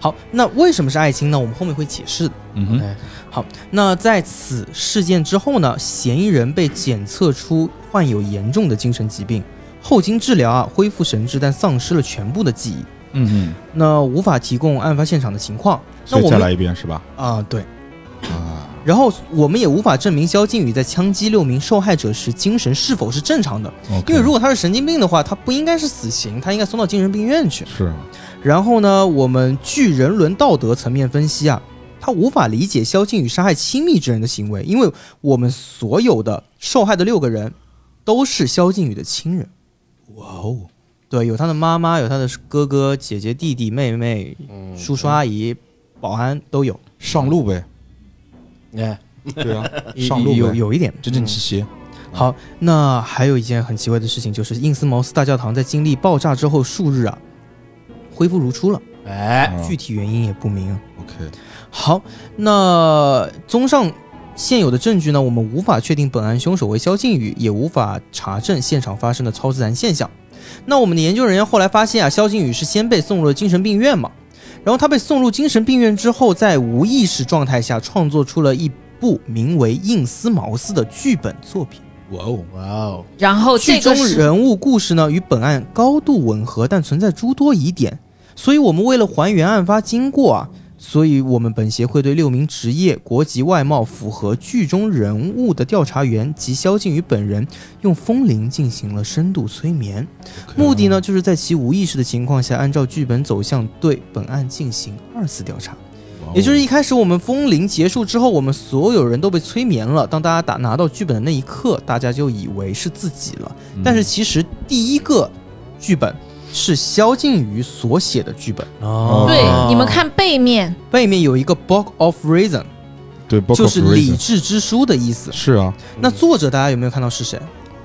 好，那为什么是爱卿呢？我们后面会解释的。 嗯哼。 好，那在此事件之后呢，嫌疑人被检测出患有严重的精神疾病，后经治疗啊，恢复神智，但丧失了全部的记忆。 嗯嗯。 那无法提供案发现场的情况。 所以再来一遍是吧？ 啊，对。啊。然后我们也无法证明萧敬宇在枪击六名受害者时精神是否是正常的， okay. 因为如果他是神经病的话，他不应该是死刑，他应该送到精神病院去。 是。 然后呢，我们据人伦道德层面分析啊，他无法理解萧敬宇杀害亲密之人的行为，因为我们所有的受害的六个人都是萧敬宇的亲人。 哇哦， 对，有他的妈妈，有他的哥哥、姐姐、弟弟、妹妹、嗯、叔叔、阿姨、保安都有。 上路呗。 哎， 对啊，上路有有一点真正气息。 嗯好，那还有一件很奇怪的事情，就是印斯茅斯大教堂在经历爆炸之后数日啊，恢复如初了。 哎， 具体原因也不明。 OK， 好，那综上现有的证据呢，我们无法确定本案凶手为萧敬宇，也无法查证现场发生的超自然现象。那我们的研究人员后来发现啊，萧敬宇是先被送入了精神病院嘛，然后他被送入精神病院之后，在无意识状态下创作出了一部名为《印斯茅斯》的剧本作品。 哇哦哇哦！ 然后这个剧中人物故事呢与本案高度吻合，但存在诸多疑点，所以我们为了还原案发经过啊，所以我们本协会对六名职业、国籍、外貌符合剧中人物的调查员及萧敬宇本人，用风铃进行了深度催眠， okay. 目的呢就是在其无意识的情况下，按照剧本走向对本案进行二次调查。也就是一开始我们风铃结束之后，我们所有人都被催眠了，当大家打拿到剧本的那一刻，大家就以为是自己了，嗯、但是其实第一个剧本是萧敬宇所写的剧本。 哦，对，你们看背面， 背面有一个 Book of Reason， 对， Book of Reason 就是理智之书的意思。 是啊， 那作者大家有没有看到是谁？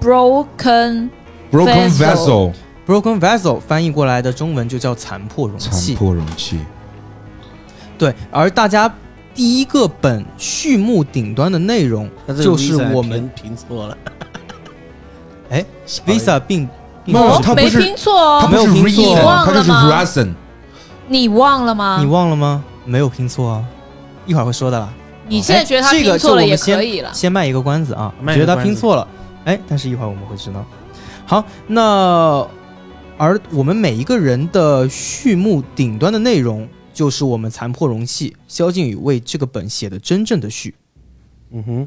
Broken Broken Vessel Broken Vessel 翻译过来的中文就叫残破容器。 残破容器。 对，而大家第一个本序幕顶端的内容就是我们拼错了。 哎 ，Visa 并没有，他没拼错， 他没有拼错， 他就是 Reason。 你忘了吗？ 你忘了吗？没有拼错啊，一会儿会说的啦。 你现在觉得他拼错了也可以了， 先, 先卖一个关子啊，觉得他拼错了，哎，但是一会儿我们会知道。好，那而我们每一个人的序幕顶端的内容。就是我们残破容器萧敬宇为这个本写的真正的序。 嗯哼，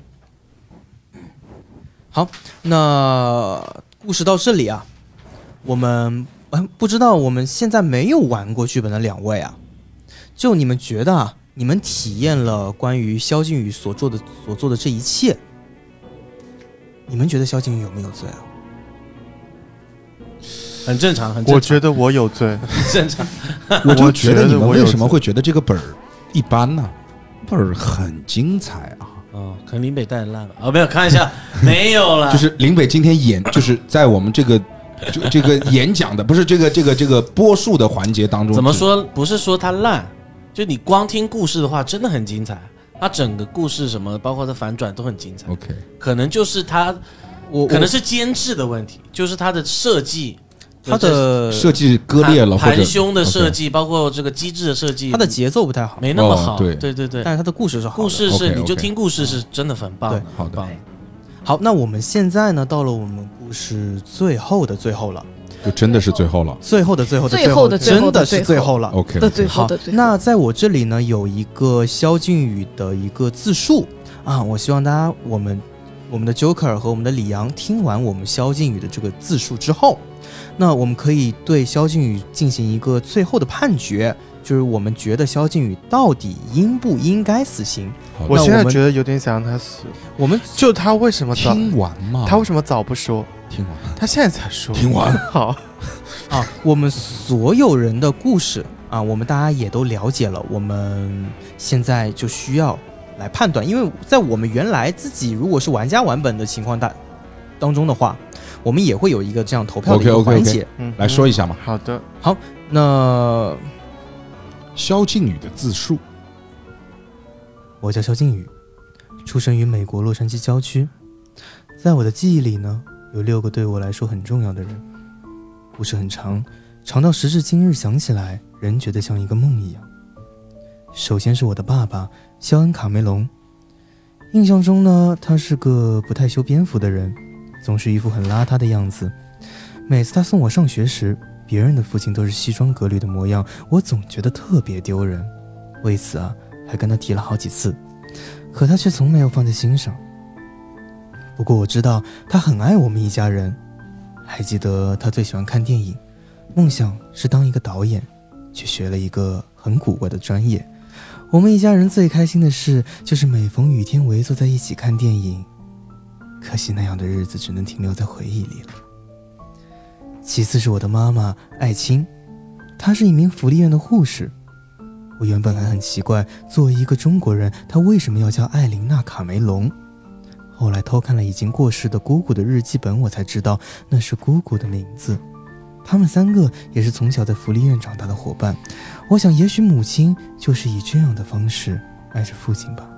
好，那故事到这里啊，我们不知道我们现在没有玩过剧本的两位啊，就你们觉得啊，你们体验了关于萧敬宇所做的所做的这一切，你们觉得萧敬宇有没有罪啊？ 很正常，很正常。 我觉得我有罪， 很正常。 我就觉得你们为什么会觉得这个本儿一般呢？本儿很精彩啊！ 哦，可能林北带的烂了。哦，没有，开玩笑，没有了。 就是林北今天演，就是在我们这个就这个演讲的，不是这个这个这个播述的环节当中。 怎么说？不是说它烂，就你光听故事的话，真的很精彩。它整个故事什么，包括它反转都很精彩。 OK， 可能就是它，我可能是监制的问题，就是它的设计。 它的设计割裂了， 盘胸的设计，包括这个机制的设计， 它的节奏不太好， 没那么好。 哦、对对对对， 但是它的故事是好的， 故事是 okay, 你就 okay. 听故事是真的很棒的， 对， 好的。 好，那我们现在呢，到了我们故事最后的最后了， 就真的是最后了， 最后的最后的最后的真的是最后了。 OK， 的最后的最后。 那在我这里呢，有一个萧敬宇的一个自述啊，我希望大家我们我们的 Joker 和我们的李阳听完我们萧敬宇的这个自述之后。那我们可以对萧敬宇进行一个最后的判决，就是我们觉得萧敬宇到底应不应该死刑？ 我现在觉得有点想让他死。 我们就他为什么早听完嘛？ 他为什么早不说？ 听完， 他现在才说。 听完好啊，我们所有人的故事啊，我们大家也都了解了。我们现在就需要来判断，因为在我们原来自己如果是玩家玩本的情况大当中的话。我们也会有一个这样投票的一个环节， okay, okay, okay. 嗯，来说一下嘛。 好的， 好，那萧敬宇的自述。 我叫萧敬宇，出生于美国洛杉矶郊区。在我的记忆里呢，有六个对我来说很重要的人。故事很长，长到时至今日想起来，仍觉得像一个梦一样。 首先是我的爸爸肖恩·卡梅隆。印象中呢，他是个不太修边幅的人，总是一副很邋遢的样子。每次他送我上学时，别人的父亲都是西装革履的模样，我总觉得特别丢人。为此啊，还跟他提了好几次，可他却从没有放在心上。不过我知道他很爱我们一家人，还记得他最喜欢看电影，梦想是当一个导演，却学了一个很古怪的专业。我们一家人最开心的事就是每逢雨天围坐在一起看电影，可惜那样的日子只能停留在回忆里了。其次是我的妈妈艾青，她是一名福利院的护士。我原本还很奇怪，作为一个中国人，她为什么要叫艾琳娜·卡梅隆。后来偷看了已经过世的姑姑的日记本，我才知道那是姑姑的名字。他们三个也是从小在福利院长大的伙伴，我想也许母亲就是以这样的方式爱着父亲吧。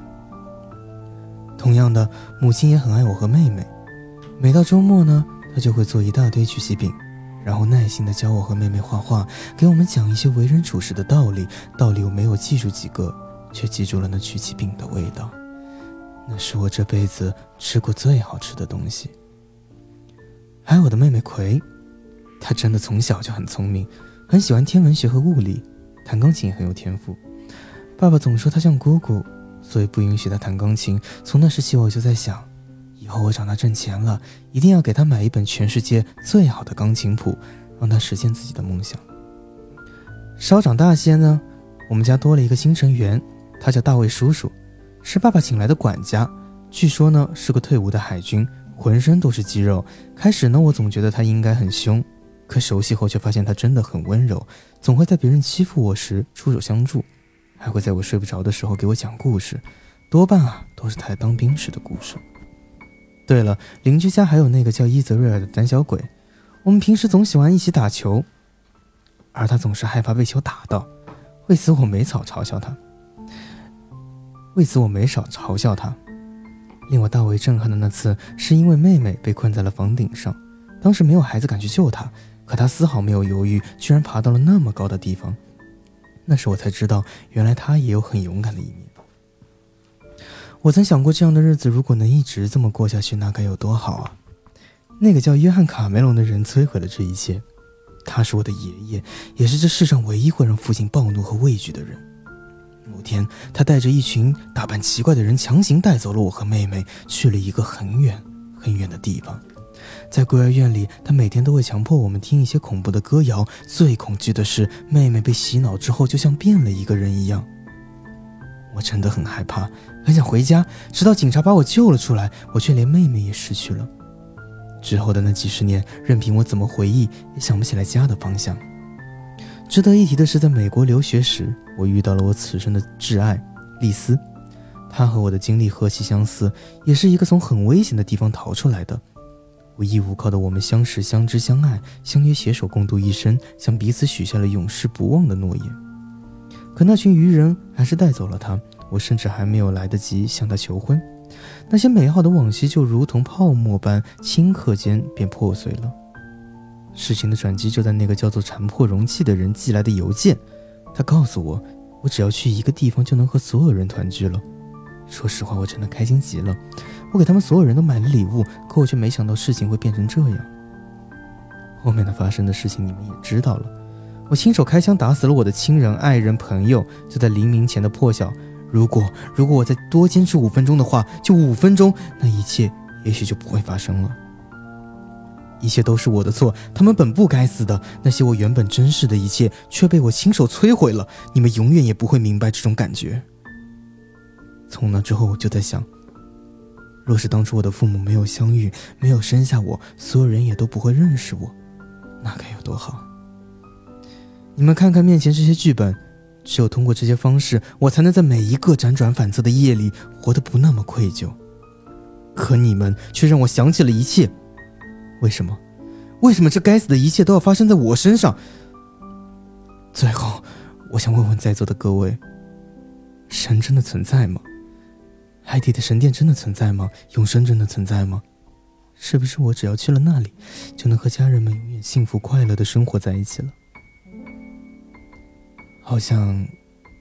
同样的，母亲也很爱我和妹妹，每到周末呢，她就会做一大堆曲奇饼，然后耐心地教我和妹妹画画，给我们讲一些为人处事的道理。道理我没有记住几个，却记住了那曲奇饼的味道，那是我这辈子吃过最好吃的东西。还有我的妹妹葵，她真的从小就很聪明，很喜欢天文学和物理，弹钢琴也很有天赋。爸爸总说她像姑姑，所以不允许她弹钢琴。从那时起我就在想，以后我长大挣钱了，一定要给她买一本全世界最好的钢琴谱，让她实现自己的梦想。稍长大些呢，我们家多了一个新成员，他叫大卫叔叔，是爸爸请来的管家，据说呢是个退伍的海军，浑身都是肌肉。开始呢我总觉得他应该很凶，可熟悉后却发现他真的很温柔，总会在别人欺负我时出手相助，还会在我睡不着的时候给我讲故事，多半啊都是他在当兵时的故事。对了，邻居家还有那个叫伊泽瑞尔的胆小鬼，我们平时总喜欢一起打球，而他总是害怕被球打到，为此我没少嘲笑他。为此我没少嘲笑他。令我大为震撼的那次，是因为妹妹被困在了房顶上，当时没有孩子敢去救她，可她丝毫没有犹豫，居然爬到了那么高的地方。那时我才知道，原来她也有很勇敢的一面。我曾想过，这样的日子如果能一直这么过下去，那该有多好啊！那个叫约翰·卡梅隆的人摧毁了这一切，他是我的爷爷，也是这世上唯一会让父亲暴怒和畏惧的人。某天，他带着一群打扮奇怪的人，强行带走了我和妹妹，去了一个很远很远的地方。在孤儿院里，他每天都会强迫我们听一些恐怖的歌谣，最恐惧的是妹妹被洗脑之后就像变了一个人一样。我真的很害怕，很想回家，直到警察把我救了出来，我却连妹妹也失去了。之后的那几十年，任凭我怎么回忆，也想不起来家的方向。值得一提的是，在美国留学时，我遇到了我此生的挚爱丽丝。她和我的经历何其相似，也是一个从很危险的地方逃出来的。无依无靠的我们相识相知相爱，相约携手共度一生，向彼此许下了永世不忘的诺言。可那群愚人还是带走了她，我甚至还没有来得及向她求婚。那些美好的往昔就如同泡沫般顷刻间便破碎了。事情的转机就在那个叫做残破容器的人寄来的邮件，他告诉我，我只要去一个地方就能和所有人团聚了。说实话，我真的开心极了。我给他们所有人都买了礼物，可我却没想到事情会变成这样。后面的发生的事情你们也知道了，我亲手开枪打死了我的亲人、爱人、朋友，就在黎明前的破晓。如果如果我再多坚持五分钟的话，就五分钟，那一切也许就不会发生了。一切都是我的错，他们本不该死的，那些我原本珍视的一切却被我亲手摧毁了。你们永远也不会明白这种感觉。从那之后我就在想，若是当初我的父母没有相遇，没有生下我，所有人也都不会认识我，那该有多好。你们看看面前这些剧本，只有通过这些方式，我才能在每一个辗转反侧的夜里活得不那么愧疚。可你们却让我想起了一切。为什么？为什么这该死的一切都要发生在我身上？最后，我想问问在座的各位，神真的存在吗？海底的神殿真的存在吗？永生真的存在吗？是不是我只要去了那里，就能和家人们永远幸福快乐地生活在一起了？好像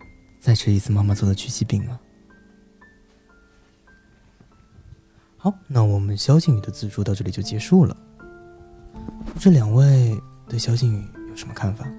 再吃一次妈妈做的曲奇饼啊。好，那我们萧敬宇的自述到这里就结束了。这两位对萧敬宇有什么看法？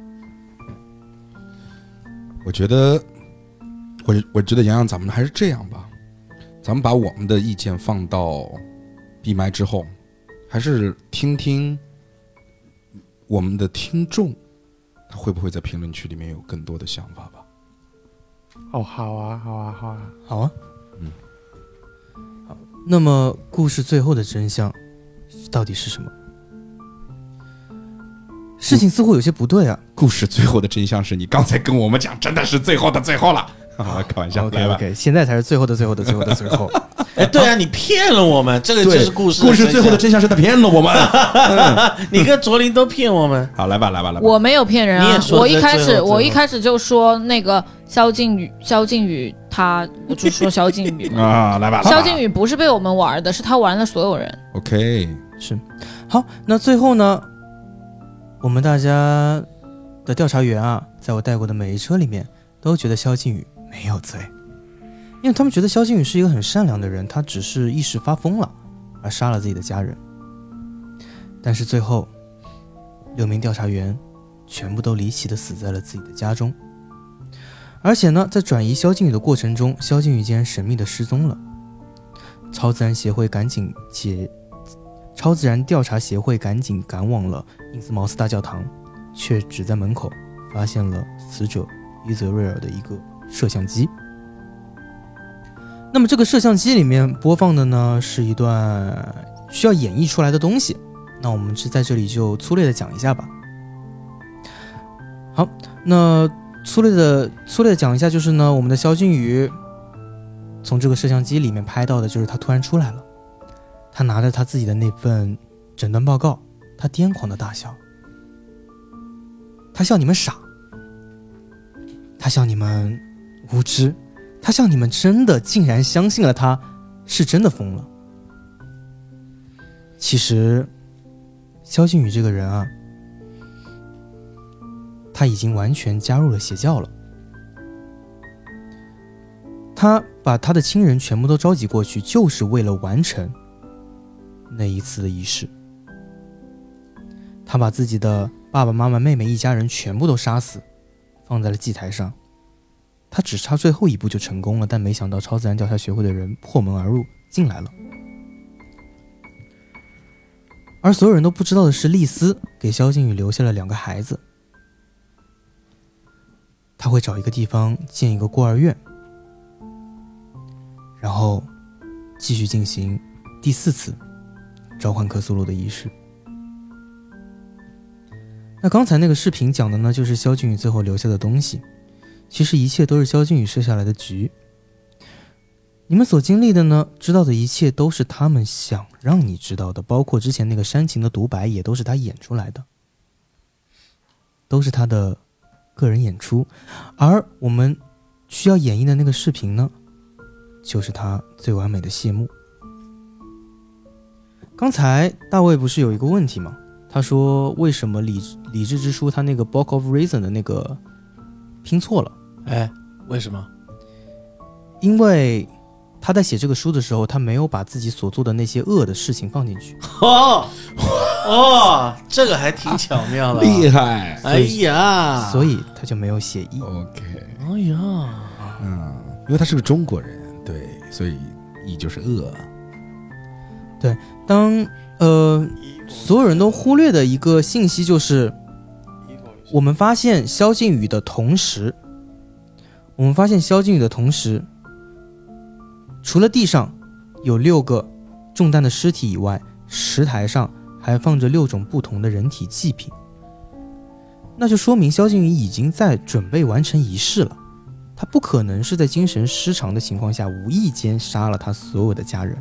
我觉得，我我觉得洋洋，咱们还是这样吧，咱们把我们的意见放到闭麦之后，还是听听我们的听众，他会不会在评论区里面有更多的想法吧？ 哦，好啊，好啊，好啊， 好啊，嗯，好。那么，故事最后的真相到底是什么？事情似乎有些不对啊！ 故事最后的真相是你刚才跟我们讲，真的是最后的最后了。啊，开玩笑， OK OK， 现在才是最后的最后的最后的最后。 哎，对啊，你骗了我们，这个就是故事。 故事最后的真相是他骗了我们。 嗯、你跟卓林都骗我们。 好，来吧，来吧，来吧。 我没有骗人啊！ 你也说我一开始我一开始就说那个萧敬宇，萧敬宇他，我就说萧敬宇啊，来吧。 萧敬宇不是被我们玩的，是他玩了所有人。 OK， 是。好，那最后呢？我们大家的调查员啊，在我带过的每一车里面，都觉得萧敬宇没有罪，因为他们觉得萧敬宇是一个很善良的人，他只是一时发疯了，而杀了自己的家人。但是最后，六名调查员全部都离奇的死在了自己的家中，而且呢，在转移萧敬宇的过程中，萧敬宇竟然神秘的失踪了。超自然协会赶紧解。超自然调查协会赶紧赶往了因斯茅斯大教堂，却只在门口发现了死者伊泽瑞尔的一个摄像机。那么这个摄像机里面播放的呢，是一段需要演绎出来的东西，那我们是在这里就粗略的讲一下吧。好，那粗略的粗略的讲一下，就是呢，我们的萧敬宇从这个摄像机里面拍到的就是他突然出来了，他拿着他自己的那份诊断报告，他癫狂的大笑，他笑你们傻，他笑你们无知，他笑你们真的竟然相信了他是真的疯了。其实萧敬宇这个人啊，他已经完全加入了邪教了。他把他的亲人全部都召集过去，就是为了完成那一次的仪式。他把自己的爸爸妈妈妹妹一家人全部都杀死，放在了祭台上。他只差最后一步就成功了，但没想到超自然调查学会的人破门而入进来了。而所有人都不知道的是，丽丝给萧敬宇留下了两个孩子，他会找一个地方建一个孤儿院，然后继续进行第四次召唤克苏鲁的仪式。那刚才那个视频讲的呢，就是萧敬宇最后留下的东西，其实一切都是萧敬宇设下来的局。你们所经历的呢，知道的一切都是他们想让你知道的，包括之前那个煽情的独白也都是他演出来的，都是他的个人演出。而我们需要演绎的那个视频呢，就是他最完美的谢幕。刚才大卫不是有一个问题吗？他说为什么理理智之书他那个 Book of Reason 的那个拼错了？ 哎，为什么？ 因为他在写这个书的时候，他没有把自己所做的那些恶的事情放进去。 哦哦，这个还挺巧妙的， 厉害！ 哎呀， 所以他就没有写义。 OK， 哎呀， 嗯，因为他是个中国人，对，所以义就是恶。 对，当呃所有人都忽略的一个信息就是，我们发现萧敬宇的同时，我们发现萧敬宇的同时，除了地上有六个中弹的尸体以外，石台上还放着六种不同的人体祭品，那就说明萧敬宇已经在准备完成仪式了，他不可能是在精神失常的情况下无意间杀了他所有的家人。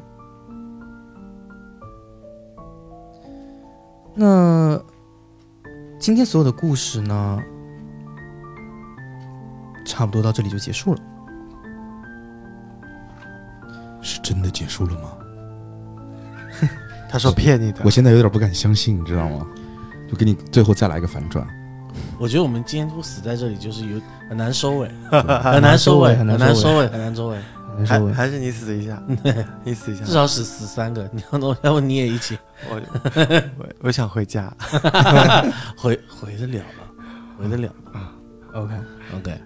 那今天所有的故事呢，差不多到这里就结束了。 是真的结束了吗？ 他说骗你的， 我现在有点不敢相信，你知道吗？就给你最后再来个反转。 我觉得我们今天不死在这里，就是有很难收尾，很难收尾，很难收尾，很难收尾。 还还是你死一下，你死一下， 至少死死三个。你要要不你也一起？ 我我我想回家， 回回得了了，回得了啊。OK OK，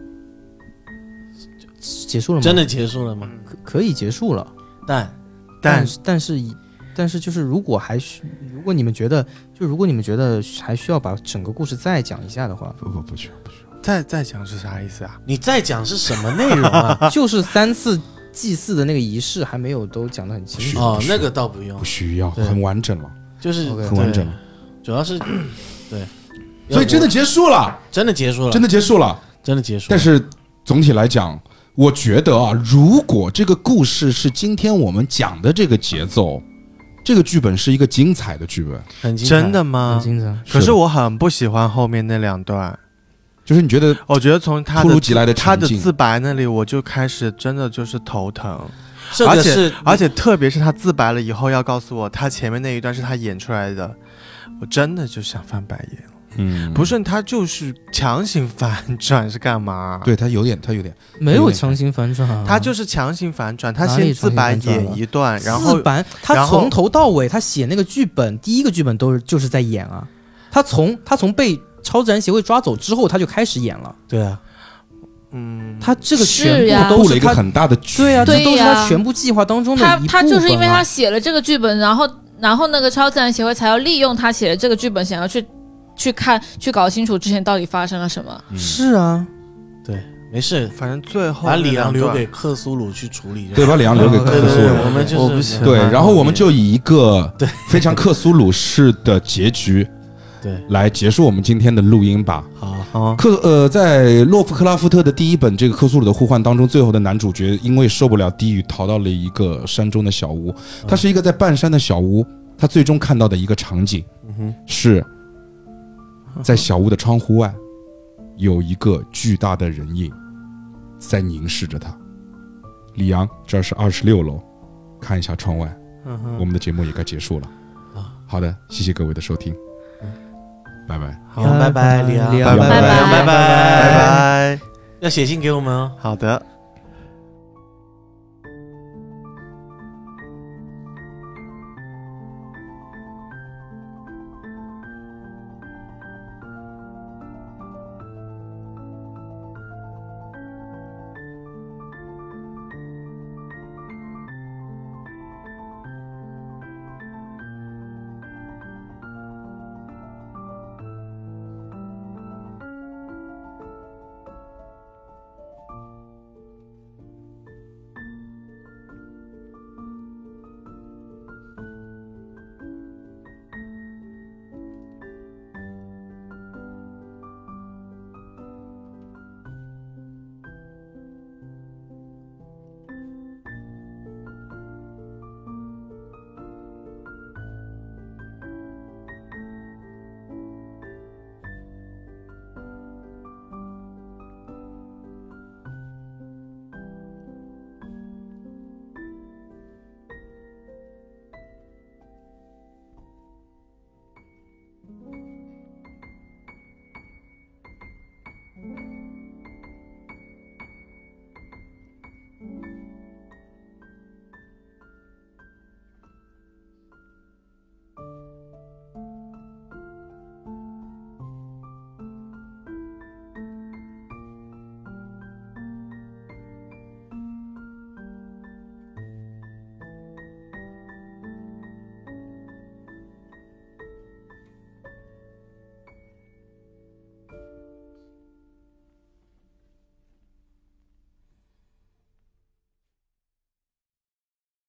结束了吗？ 真的结束了吗？ 可可以结束了， 但但但是但是就是如果还需，如果你们觉得，就如果你们觉得还需要把整个故事再讲一下的话， 不不不需要不需要。 再再讲是啥意思啊？ 你再讲是什么内容啊？ 就是三次祭祀的那个仪式还没有都讲得很清楚哦，那个倒不用， 不需要，很完整了， 就是很完整了。 主要是对， 所以真的结束了， 真的结束了， 真的结束了， 真的结束了。 但是总体来讲，我觉得啊，如果这个故事是今天我们讲的这个节奏，这个剧本是一个精彩的剧本， 很精彩。 真的吗？ 很精彩。 可是我很不喜欢后面那两段。 就是你觉得， 我觉得从他突如其来的他的自白那里，我就开始真的就是头疼， 这个是而且而且特别是他自白了以后要告诉我他前面那一段是他演出来的，我真的就想翻白眼。 嗯， 不是他就是强行反转是干嘛？ 对他有点，他有点没有强行反转、啊， 他就是强行反转，他先自白演一段，然后自白他从头到尾他写那个剧本，第一个剧本都是就是在演啊，他从他从被超自然协会抓走之后，他就开始演了。 对啊， 嗯，他这个全部都是了一个很大的局， 对啊，这都是他全部计划当中的一部分、啊。 他他就是因为他写了这个剧本，然后然后那个超自然协会才要利用他写的这个剧本，想要去去看去搞清楚之前到底发生了什么。 嗯、是啊， 对，没事， 反正最后把里昂留给克苏鲁去处理。 对，把里昂留给克苏鲁， 我们就是对，然后我们就以一个非常克苏鲁式的结局。对，来结束我们今天的录音吧。 好， 克呃，在洛夫克拉夫特的第一本这个克苏鲁的呼唤当中，最后的男主角因为受不了地狱，逃到了一个山中的小屋。它是一个在半山的小屋，他最终看到的一个场景、嗯、是在小屋的窗户外有一个巨大的人影在凝视着他。李阳，这是二十六楼，看一下窗外、嗯、我们的节目也该结束了。好的，谢谢各位的收听。拜拜， 好，拜拜，李阳， 拜拜， 拜拜，拜拜， 拜拜， 要写信给我们哦。 好的。